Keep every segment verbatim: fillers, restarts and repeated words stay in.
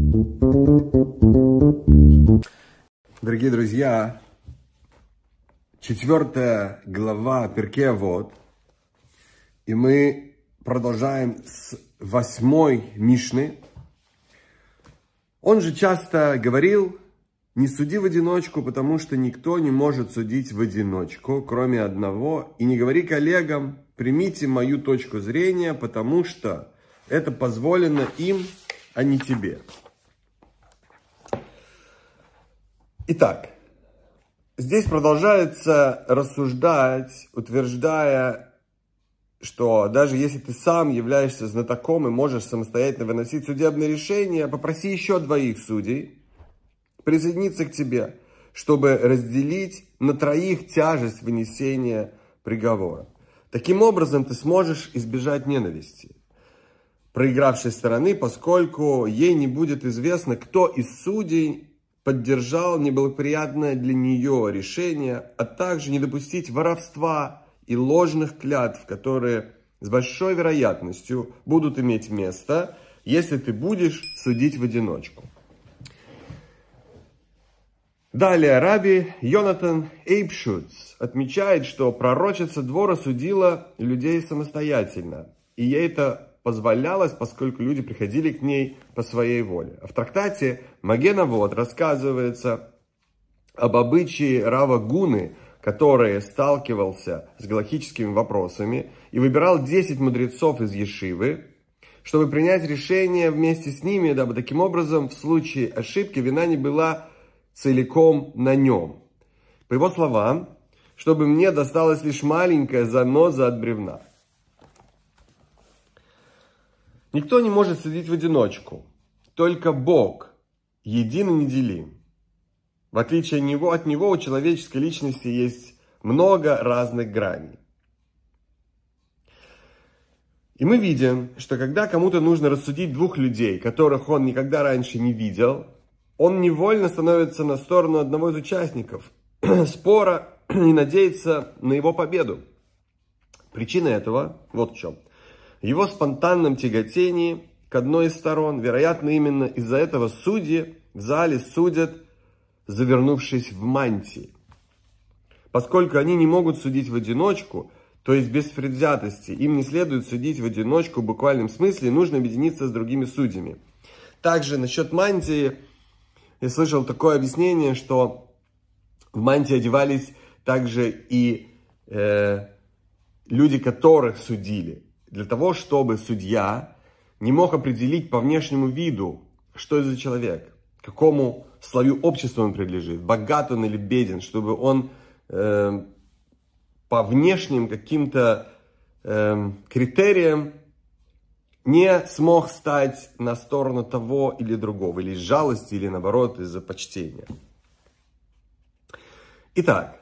Дорогие друзья, четвертая глава Перкей Авот, и мы продолжаем с восьмой Мишны. Он же часто говорил: не суди в одиночку, потому что никто не может судить в одиночку, кроме одного, и не говори коллегам: примите мою точку зрения, потому что это позволено им, а не тебе. Итак, здесь продолжается рассуждать, утверждая, что даже если ты сам являешься знатоком и можешь самостоятельно выносить судебные решения, попроси еще двоих судей присоединиться к тебе, чтобы разделить на троих тяжесть вынесения приговора. Таким образом, ты сможешь избежать ненависти проигравшей стороны, поскольку ей не будет известно, кто из судей поддержал неблагоприятное для нее решение, а также не допустить воровства и ложных клятв, которые с большой вероятностью будут иметь место, если ты будешь судить в одиночку. Далее Раби Йонатан Эйпшуц отмечает, что пророчица Двора судила людей самостоятельно, и ей это позволялось, поскольку люди приходили к ней по своей воле. А в трактате Маген Авот рассказывается об обычае Рава Гуны, который сталкивался с галахическими вопросами и выбирал десять мудрецов из Ешивы, чтобы принять решение вместе с ними, дабы таким образом в случае ошибки вина не была целиком на нем. По его словам, чтобы мне досталась лишь маленькая заноза от бревна. Никто не может судить в одиночку, только Бог един и неделим. В отличие от него, от него у человеческой личности есть много разных граней. И мы видим, что когда кому-то нужно рассудить двух людей, которых он никогда раньше не видел, он невольно становится на сторону одного из участников спора и надеется на его победу. Причина этого вот в чем. В его спонтанном тяготении к одной из сторон, вероятно, именно из-за этого судьи в зале судят, завернувшись в мантии. Поскольку они не могут судить в одиночку, то есть без предвзятости, им не следует судить в одиночку в буквальном смысле, нужно объединиться с другими судьями. Также насчет мантии, я слышал такое объяснение, что в мантии одевались также и э, люди, которых судили. Для того, чтобы судья не мог определить по внешнему виду, что это за человек, какому слою общества он принадлежит, богат он или беден, чтобы он э, по внешним каким-то э, критериям не смог стать на сторону того или другого, или из жалости, или наоборот, из-за почтения. Итак,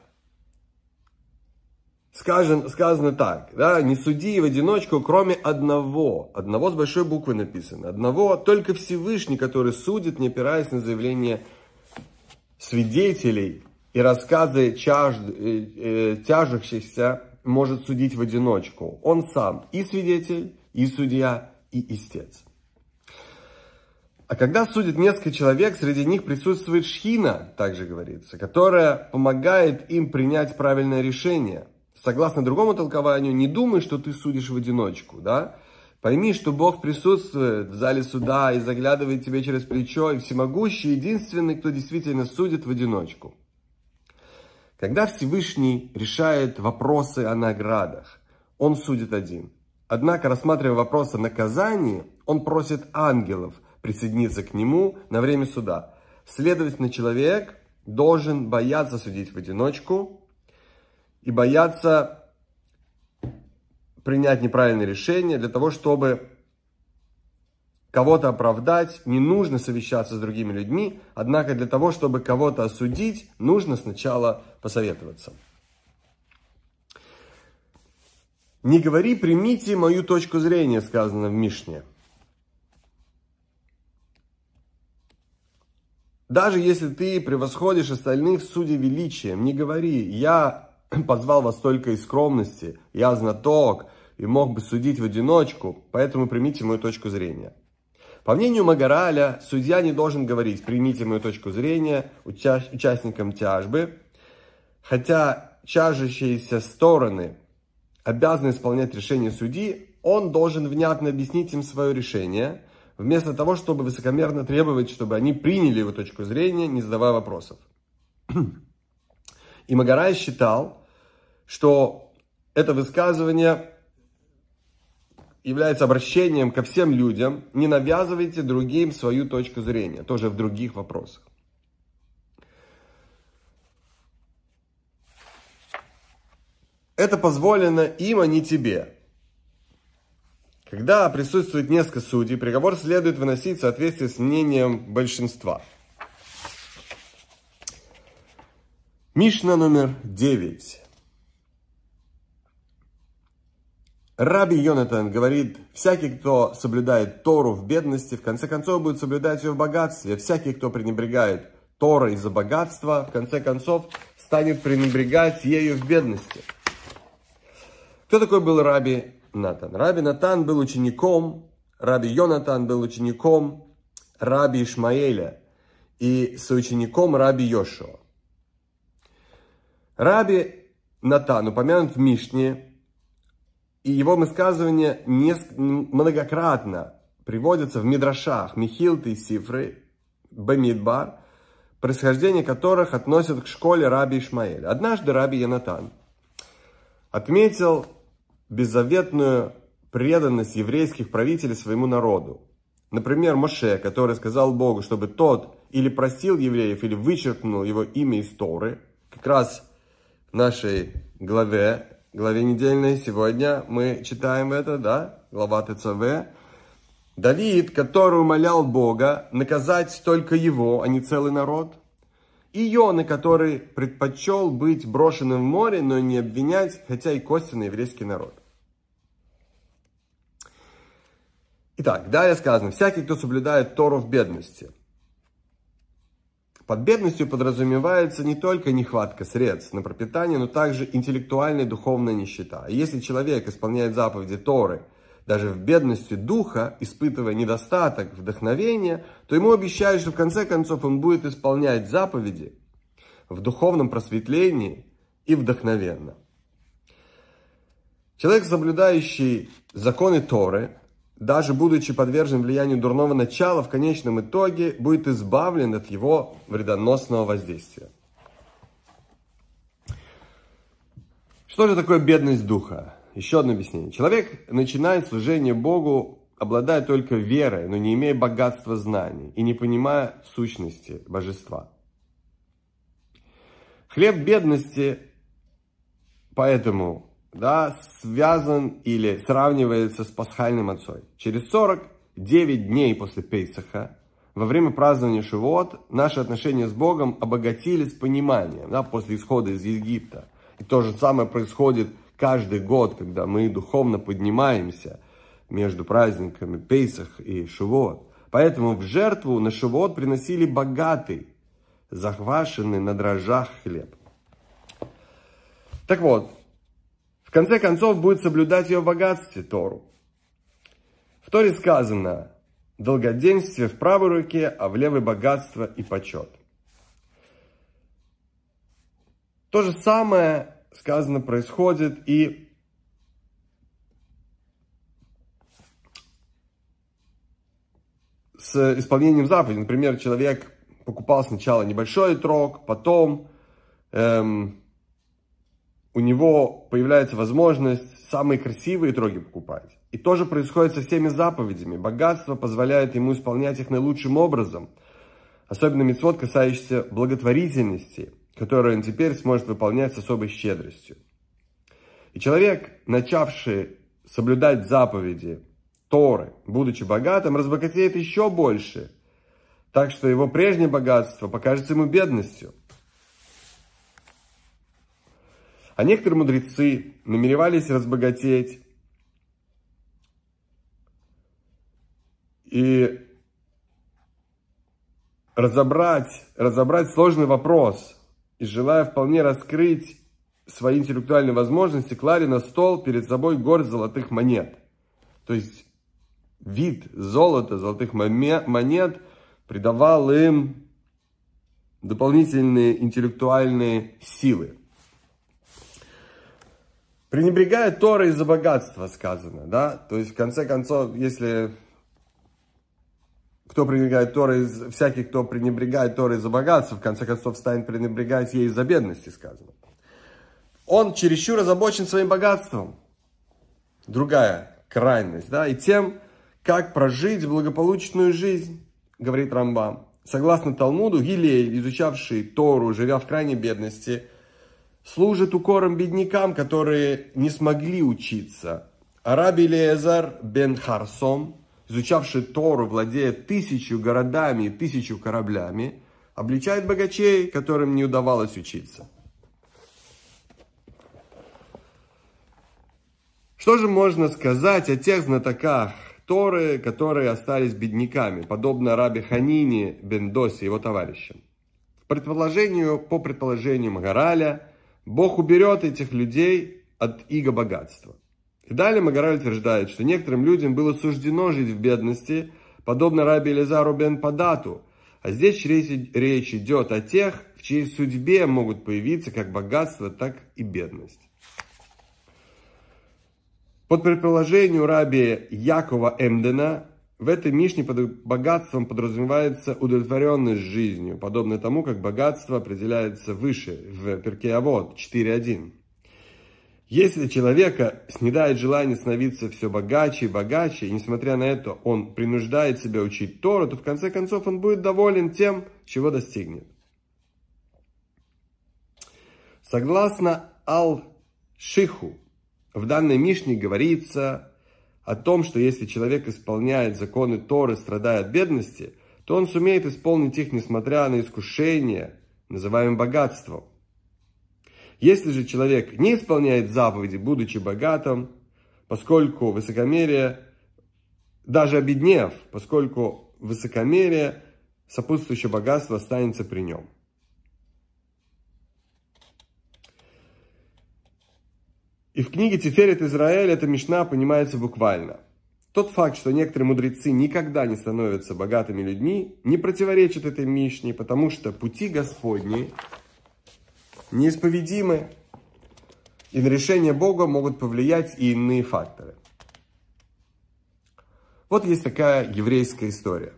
Скажем, сказано так, да, не суди в одиночку, кроме одного, одного с большой буквы написано, одного, только Всевышний, который судит, не опираясь на заявления свидетелей и рассказы чаж... э, тяжущихся, может судить в одиночку. Он сам и свидетель, и судья, и истец. А когда судит несколько человек, среди них присутствует шхина, также говорится, которая помогает им принять правильное решение. Согласно другому толкованию, не думай, что ты судишь в одиночку, да? Пойми, что Бог присутствует в зале суда и заглядывает тебе через плечо, и всемогущий, единственный, кто действительно судит в одиночку. Когда Всевышний решает вопросы о наградах, он судит один. Однако, рассматривая вопрос о наказании, он просит ангелов присоединиться к нему на время суда. Следовательно, человек должен бояться судить в одиночку, и боятся принять неправильное решение. Для того, чтобы кого-то оправдать, не нужно совещаться с другими людьми. Однако для того, чтобы кого-то осудить, нужно сначала посоветоваться. Не говори, примите мою точку зрения, сказано в Мишне. Даже если ты превосходишь остальных судей величием, не говори, я позвал вас только из скромности, я знаток и мог бы судить в одиночку, поэтому примите мою точку зрения. По мнению Магараля, судья не должен говорить: примите мою точку зрения уча участникам тяжбы, хотя чажущиеся стороны обязаны исполнять решение судьи, он должен внятно объяснить им свое решение, вместо того, чтобы высокомерно требовать, чтобы они приняли его точку зрения, не задавая вопросов. И Магараль считал, что это высказывание является обращением ко всем людям: не навязывайте другим свою точку зрения, тоже в других вопросах. Это позволено им, а не тебе. Когда присутствует несколько судей, приговор следует выносить в соответствии с мнением большинства. Мишна номер девять. Раби Йонатан говорит: всякий, кто соблюдает Тору в бедности, в конце концов будет соблюдать ее в богатстве. Всякий, кто пренебрегает Торой из-за богатства, в конце концов станет пренебрегать ею в бедности. Кто такой был Раби Натан? Раби Натан был учеником, Раби Йонатан был учеником Раби Ишмаэля и соучеником Раби Йошуа. Раби Натан упомянут в Мишне, и его высказывания многократно приводятся в мидрашах Мехилты и Сифры, Бамидбар, происхождение которых относят к школе Раби Ишмаэля. Однажды Раби Йонатан отметил беззаветную преданность еврейских правителей своему народу. Например, Моше, который сказал Богу, чтобы тот или простил евреев, или вычеркнул его имя из Торы. Как раз в нашей главе, главе недельной сегодня мы читаем это, да, глава ТЦВ. Давид, который умолял Бога наказать только его, а не целый народ. И Йона, который предпочел быть брошенным в море, но не обвинять, хотя и косвенно, еврейский народ. Итак, далее сказано: всякий, кто соблюдает Тору в бедности. Под бедностью подразумевается не только нехватка средств на пропитание, но также интеллектуальная и духовная нищета. И если человек исполняет заповеди Торы даже в бедности духа, испытывая недостаток вдохновения, то ему обещают, что в конце концов он будет исполнять заповеди в духовном просветлении и вдохновенно. Человек, соблюдающий законы Торы, даже будучи подвержен влиянию дурного начала, в конечном итоге будет избавлен от его вредоносного воздействия. Что же такое бедность духа? Еще одно объяснение. Человек начинает служение Богу, обладая только верой, но не имея богатства знаний и не понимая сущности божества. Хлеб бедности поэтому, да, связан или сравнивается с пасхальным мацой. Через сорок девять дней после Пейсаха, во время празднования Шивот, наши отношения с Богом обогатились пониманием, да, после исхода из Египта. И то же самое происходит каждый год, когда мы духовно поднимаемся между праздниками Пейсах и Шивот. Поэтому в жертву на Шивот приносили богатый, захвашенный на дрожжах хлеб. Так вот, в конце концов будет соблюдать ее в богатстве Тору. В Торе сказано: долгоденствие в правой руке, а в левой богатство и почет. То же самое сказано происходит и с исполнением заповедей. Например, человек покупал сначала небольшой отрок, потом эм, у него появляется возможность самые красивые отроги покупать. И то же происходит со всеми заповедями. Богатство позволяет ему исполнять их наилучшим образом. Особенно мицвот, касающийся благотворительности, которую он теперь сможет выполнять с особой щедростью. И человек, начавший соблюдать заповеди Торы, будучи богатым, разбогатеет еще больше, так что его прежнее богатство покажется ему бедностью. А некоторые мудрецы намеревались разбогатеть и разобрать, разобрать сложный вопрос, и, желая вполне раскрыть свои интеллектуальные возможности, клали на стол перед собой горсть золотых монет. То есть вид золота, золотых монет придавал им дополнительные интеллектуальные силы. Пренебрегая Торой из-за богатства, сказано, да? То есть, в конце концов, если кто пренебрегает Торой, из... всякий, кто пренебрегает Торой из-за богатства, в конце концов, станет пренебрегать ей из-за бедности, сказано. Он чересчур озабочен своим богатством. Другая крайность, да? И тем, как прожить благополучную жизнь, говорит Рамбам. Согласно Талмуду, Гилель, изучавший Тору, живя в крайней бедности, служит укором беднякам, которые не смогли учиться. А Раби Элиэзер бен Харсом, изучавший Тору, владея тысячу городами и тысячу кораблями, обличает богачей, которым не удавалось учиться. Что же можно сказать о тех знатоках Торы, которые остались бедняками, подобно Раби Ханине бен Доси и его товарищам? По предположению, по предположению Магараля, Бог уберет этих людей от иго богатства. И далее Магараль утверждает, что некоторым людям было суждено жить в бедности, подобно Раби Элиэзеру бен Падату. А здесь речь, речь идет о тех, в чьей судьбе могут появиться как богатство, так и бедность. Под предположением Раби Якова Эмдена, в этой Мишне под богатством подразумевается удовлетворенность жизнью, подобно тому, как богатство определяется выше, в Перкей Авот четыре один. Если человека снедает желание становиться все богаче и богаче, и несмотря на это он принуждает себя учить Тору, то в конце концов он будет доволен тем, чего достигнет. Согласно Ал-Шиху, в данной Мишне говорится о том, что если человек исполняет законы Торы, страдая от бедности, то он сумеет исполнить их, несмотря на искушение, называемое богатством. Если же человек не исполняет заповеди, будучи богатым, поскольку высокомерие, даже обеднев, поскольку высокомерие, сопутствующее богатство останется при нем. И в книге Тиферет Израиль эта мишна понимается буквально. Тот факт, что некоторые мудрецы никогда не становятся богатыми людьми, не противоречит этой мишне, потому что пути Господни неисповедимы, и на решение Бога могут повлиять и иные факторы. Вот есть такая еврейская история.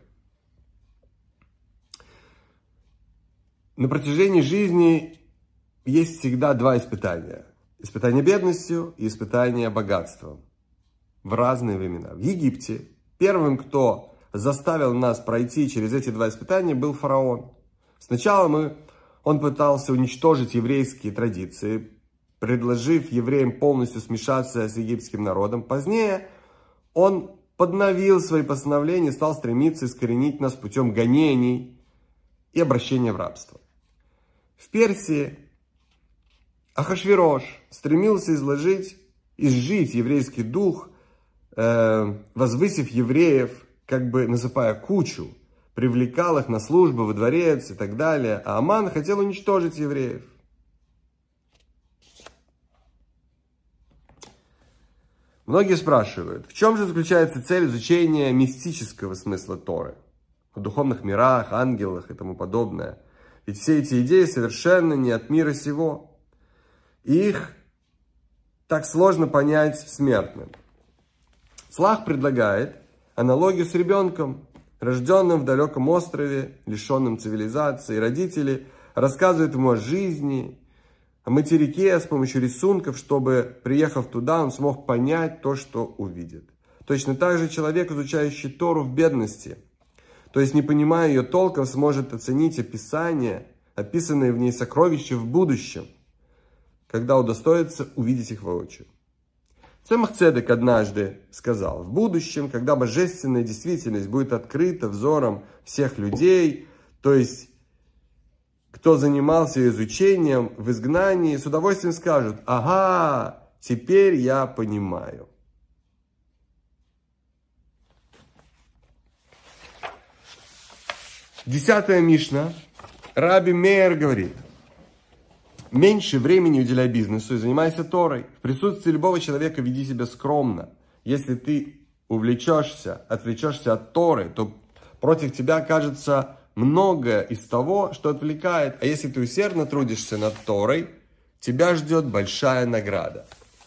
На протяжении жизни есть всегда два испытания. Испытание бедностью и испытание богатством. В разные времена. В Египте первым, кто заставил нас пройти через эти два испытания, был фараон. Сначала мы, он пытался уничтожить еврейские традиции, предложив евреям полностью смешаться с египетским народом. Позднее он подновил свои постановления, стал стремиться искоренить нас путем гонений и обращения в рабство. В Персии Ахашвирош стремился изложить, изжить еврейский дух, э, возвысив евреев, как бы насыпая кучу, привлекал их на службу во дворец и так далее. А Аман хотел уничтожить евреев. Многие спрашивают, в чем же заключается цель изучения мистического смысла Торы? О духовных мирах, ангелах и тому подобное. Ведь все эти идеи совершенно не от мира сего. И их так сложно понять смертным. Слах предлагает аналогию с ребенком, рожденным в далеком острове, лишенным цивилизации. Родители рассказывают ему о жизни, о материке с помощью рисунков, чтобы, приехав туда, он смог понять то, что увидит. Точно так же человек, изучающий Тору в бедности, то есть не понимая ее толком, сможет оценить описание, описанные в ней сокровища в будущем, когда удостоится увидеть их воочию. Цемах Цедек однажды сказал, в будущем, когда божественная действительность будет открыта взором всех людей, то есть кто занимался изучением в изгнании, с удовольствием скажут, ага, теперь я понимаю. Десятая Мишна. Раби Меир говорит, меньше времени уделяй бизнесу и занимайся Торой. В присутствии любого человека веди себя скромно. Если ты увлечешься, отвлечешься от Торы, то против тебя окажется многое из того, что отвлекает. А если ты усердно трудишься над Торой, тебя ждет большая награда.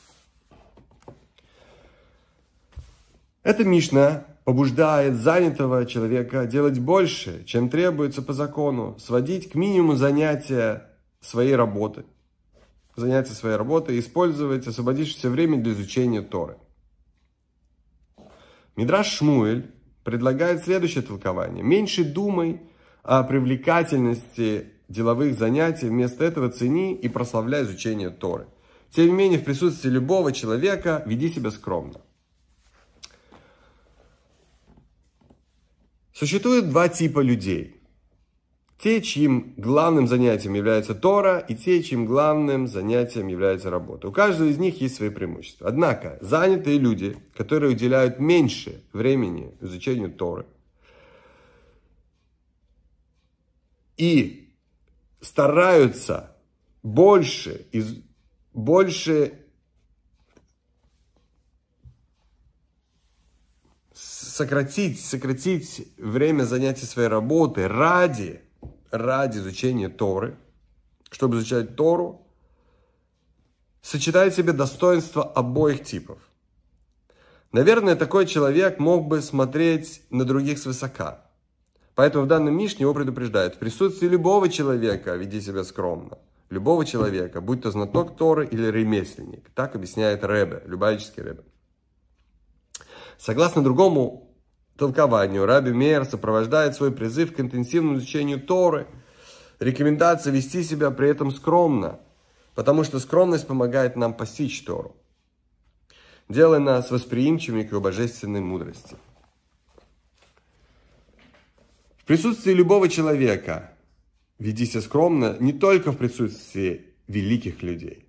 Эта Мишна побуждает занятого человека делать больше, чем требуется по закону, сводить к минимуму занятия своей работы, занятия своей работы и использовать освободившееся время для изучения Торы. Мидраш Шмуэль предлагает следующее толкование. Меньше думай о привлекательности деловых занятий, вместо этого цени и прославляй изучение Торы. Тем не менее, в присутствии любого человека веди себя скромно. Существует два типа людей. Те, чьим главным занятием является Тора, и те, чьим главным занятием является работа. У каждого из них есть свои преимущества. Однако, занятые люди, которые уделяют меньше времени изучению Торы и стараются больше, из, больше сократить, сократить время занятий своей работы ради, ради изучения Торы, чтобы изучать Тору, сочетает в себе достоинства обоих типов. Наверное, такой человек мог бы смотреть на других свысока. Поэтому в данном Мишне его предупреждают: в присутствии любого человека веди себя скромно. Любого человека, будь то знаток Торы или ремесленник. Так объясняет Ребе, Любавический Ребе. Согласно другому толкованию, Раби Меир сопровождает свой призыв к интенсивному изучению Торы. Рекомендация вести себя при этом скромно, потому что скромность помогает нам постичь Тору, делая нас восприимчивыми к его божественной мудрости. В присутствии любого человека веди себя скромно не только в присутствии великих людей.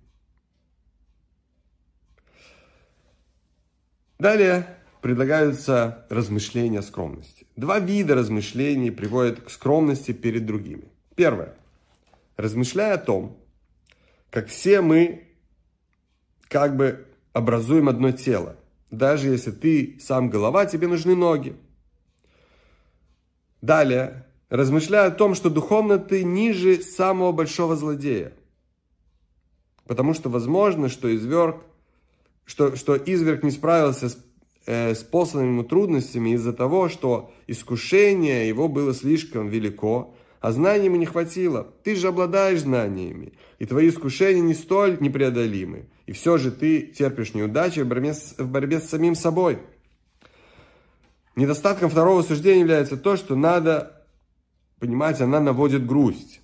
Далее предлагаются размышления о скромности. Два вида размышлений приводят к скромности перед другими. Первое. Размышляя о том, как все мы как бы образуем одно тело. Даже если ты сам голова, тебе нужны ноги. Далее. Размышляя о том, что духовно ты ниже самого большого злодея. Потому что возможно, что изверг, что, что изверг не справился с с посланными ему трудностями из-за того, что искушение его было слишком велико, а знаний ему не хватило. Ты же обладаешь знаниями, и твои искушения не столь непреодолимы. И все же ты терпишь неудачи в борьбе с, в борьбе с самим собой. Недостатком второго суждения является то, что надо понимать, она наводит грусть.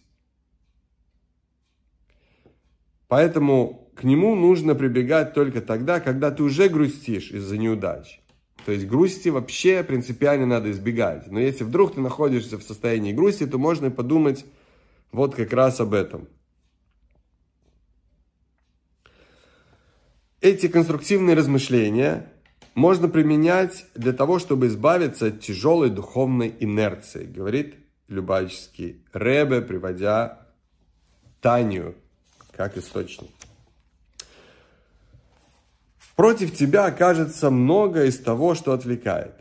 Поэтому к нему нужно прибегать только тогда, когда ты уже грустишь из-за неудач. То есть грусти вообще принципиально надо избегать. Но если вдруг ты находишься в состоянии грусти, то можно подумать вот как раз об этом. Эти конструктивные размышления можно применять для того, чтобы избавиться от тяжелой духовной инерции, говорит Любавический Ребе, приводя Танию как источник. Против тебя окажется много из того, что отвлекает.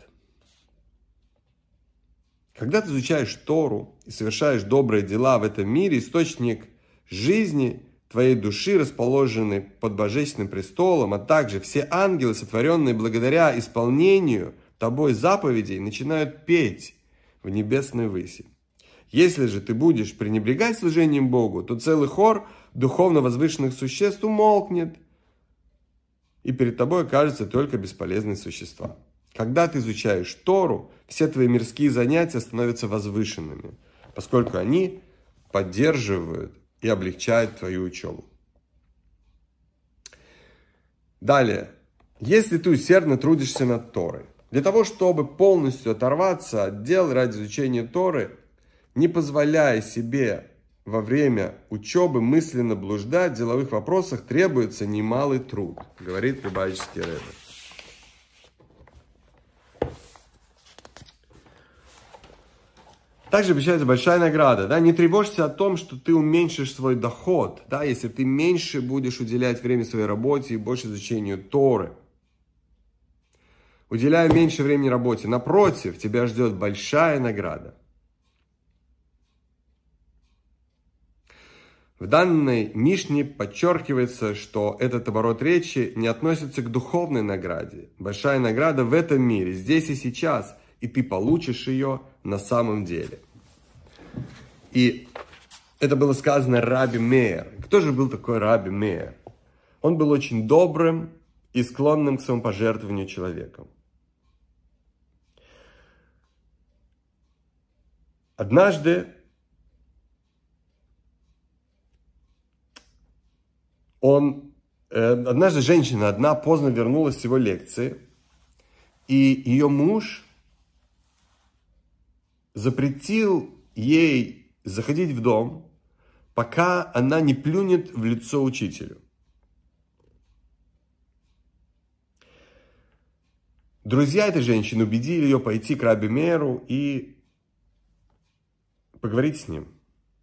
Когда ты изучаешь Тору и совершаешь добрые дела в этом мире, источник жизни твоей души, расположенный под божественным престолом, а также все ангелы, сотворенные благодаря исполнению тобой заповедей, начинают петь в небесной выси. Если же ты будешь пренебрегать служением Богу, то целый хор духовно возвышенных существ умолкнет, и перед тобой окажутся только бесполезные существа. Когда ты изучаешь Тору, все твои мирские занятия становятся возвышенными, поскольку они поддерживают и облегчают твою учебу. Далее. Если ты усердно трудишься над Торой, для того, чтобы полностью оторваться от дел ради изучения Торы, не позволяя себе во время учебы мысленно блуждать в деловых вопросах, требуется немалый труд, говорит Любавический Ребе. Также обещается большая награда. Да? Не тревожься о том, что ты уменьшишь свой доход, да? Если ты меньше будешь уделять время своей работе и больше изучению Торы. уделяя меньше времени работе. Напротив, тебя ждет большая награда. В данной Мишне подчеркивается, что этот оборот речи не относится к духовной награде. Большая награда в этом мире, здесь и сейчас, и ты получишь ее на самом деле. И это было сказано Раби Меир. Кто же был такой Раби Меир? Он был очень добрым и склонным к самопожертвованию человеком. Однажды он, э, однажды женщина одна поздно вернулась с его лекции, и ее муж запретил ей заходить в дом, пока она не плюнет в лицо учителю. Друзья этой женщины убедили ее пойти к Раби Меиру и поговорить с ним.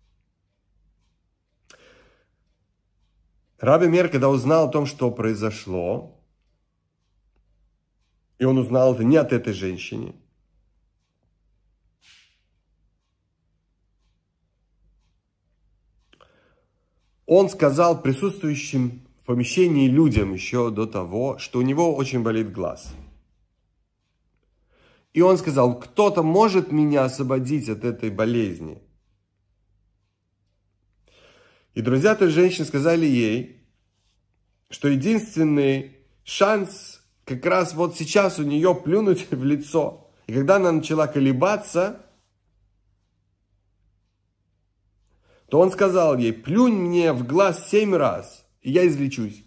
Раби Меир, когда узнал о том, что произошло, и он узнал это не от этой женщины, он сказал присутствующим в помещении людям еще до того, что у него очень болит глаз. И он сказал: кто-то может меня освободить от этой болезни? И друзья той женщины сказали ей, что единственный шанс как раз вот сейчас у нее плюнуть в лицо. И когда она начала колебаться, то он сказал ей: плюнь мне в глаз семь раз, и я излечусь.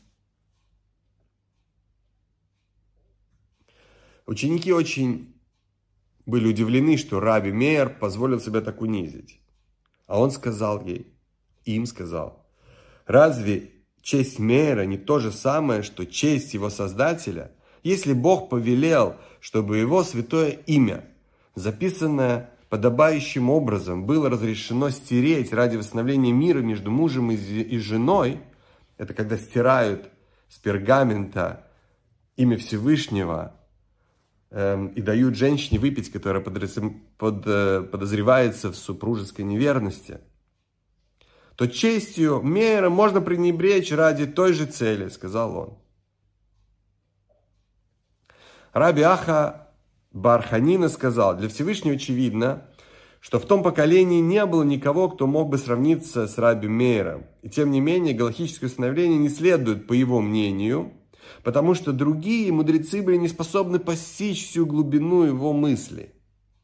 Ученики очень были удивлены, что Раби Меир позволил себя так унизить. А он сказал ей, им сказал: разве честь Меира не то же самое, что честь его Создателя? Если Бог повелел, чтобы его святое имя, записанное подобающим образом, было разрешено стереть ради восстановления мира между мужем и женой, это когда стирают с пергамента имя Всевышнего э, и дают женщине выпить, которая под, э, подозревается в супружеской неверности, то честью Меира можно пренебречь ради той же цели, сказал он. Раби Аха бар Ханина сказал: для Всевышнего очевидно, что в том поколении не было никого, кто мог бы сравниться с Раби Меиром. И тем не менее, галахическое установление не следует по его мнению, потому что другие мудрецы были не способны постичь всю глубину его мысли.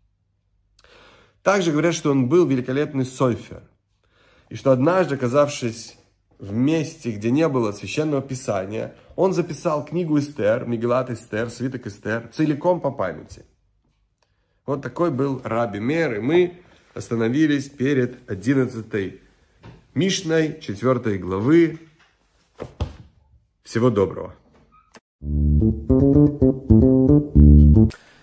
Также говорят, что он был великолепный софер, и что однажды, оказавшись в месте, где не было священного писания, он записал книгу Эстер, Мегилат Эстер, свиток Эстер, целиком по памяти. Вот такой был Раби Меир, и мы остановились перед одиннадцатой Мишной, четвёртой главы. Всего доброго.